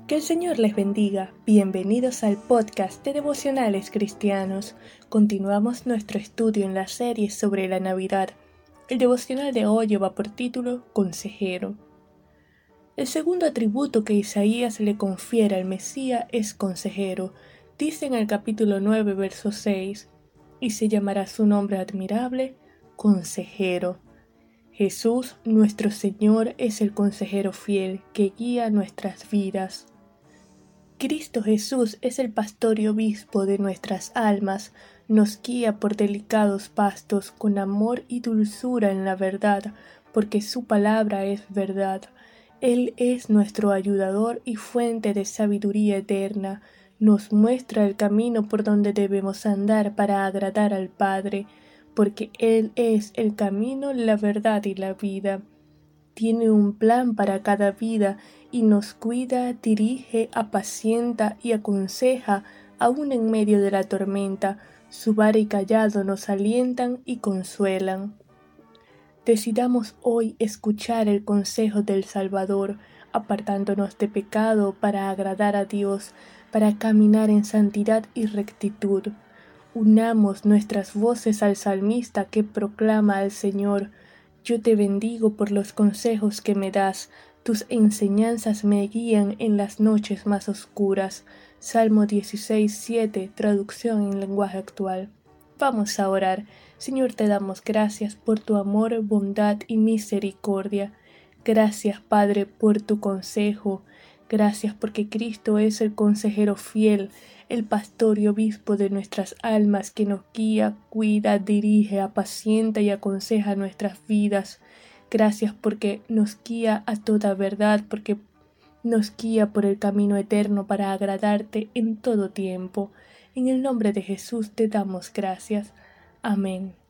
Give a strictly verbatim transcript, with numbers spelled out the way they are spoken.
Que el Señor les bendiga. Bienvenidos al podcast de Devocionales Cristianos. Continuamos nuestro estudio en la serie sobre la Navidad. El devocional de hoy lleva por título Consejero. El segundo atributo que Isaías le confiere al Mesías es consejero. Dice en el capítulo nueve, verso seis, y se llamará su nombre admirable, consejero. Jesús, nuestro Señor, es el consejero fiel que guía nuestras vidas. Cristo Jesús es el pastor y obispo de nuestras almas, nos guía por delicados pastos con amor y dulzura en la verdad, porque su palabra es verdad. Él es nuestro ayudador y fuente de sabiduría eterna, nos muestra el camino por donde debemos andar para agradar al Padre, porque Él es el camino, la verdad y la vida. Tiene un plan para cada vida y nos cuida, dirige, apacienta y aconseja aún en medio de la tormenta. Su vara y cayado nos alientan y consuelan. Decidamos hoy escuchar el consejo del Salvador, apartándonos de pecado para agradar a Dios, para caminar en santidad y rectitud. Unamos nuestras voces al salmista que proclama al Señor: yo te bendigo por los consejos que me das, tus enseñanzas me guían en las noches más oscuras. Salmo dieciséis, siete, traducción en lenguaje actual. Vamos a orar. Señor, te damos gracias por tu amor, bondad y misericordia. Gracias, Padre, por tu consejo. Gracias porque Cristo es el consejero fiel, el pastor y obispo de nuestras almas que nos guía, cuida, dirige, apacienta y aconseja nuestras vidas. Gracias porque nos guía a toda verdad, porque nos guía por el camino eterno para agradarte en todo tiempo. En el nombre de Jesús te damos gracias. Amén.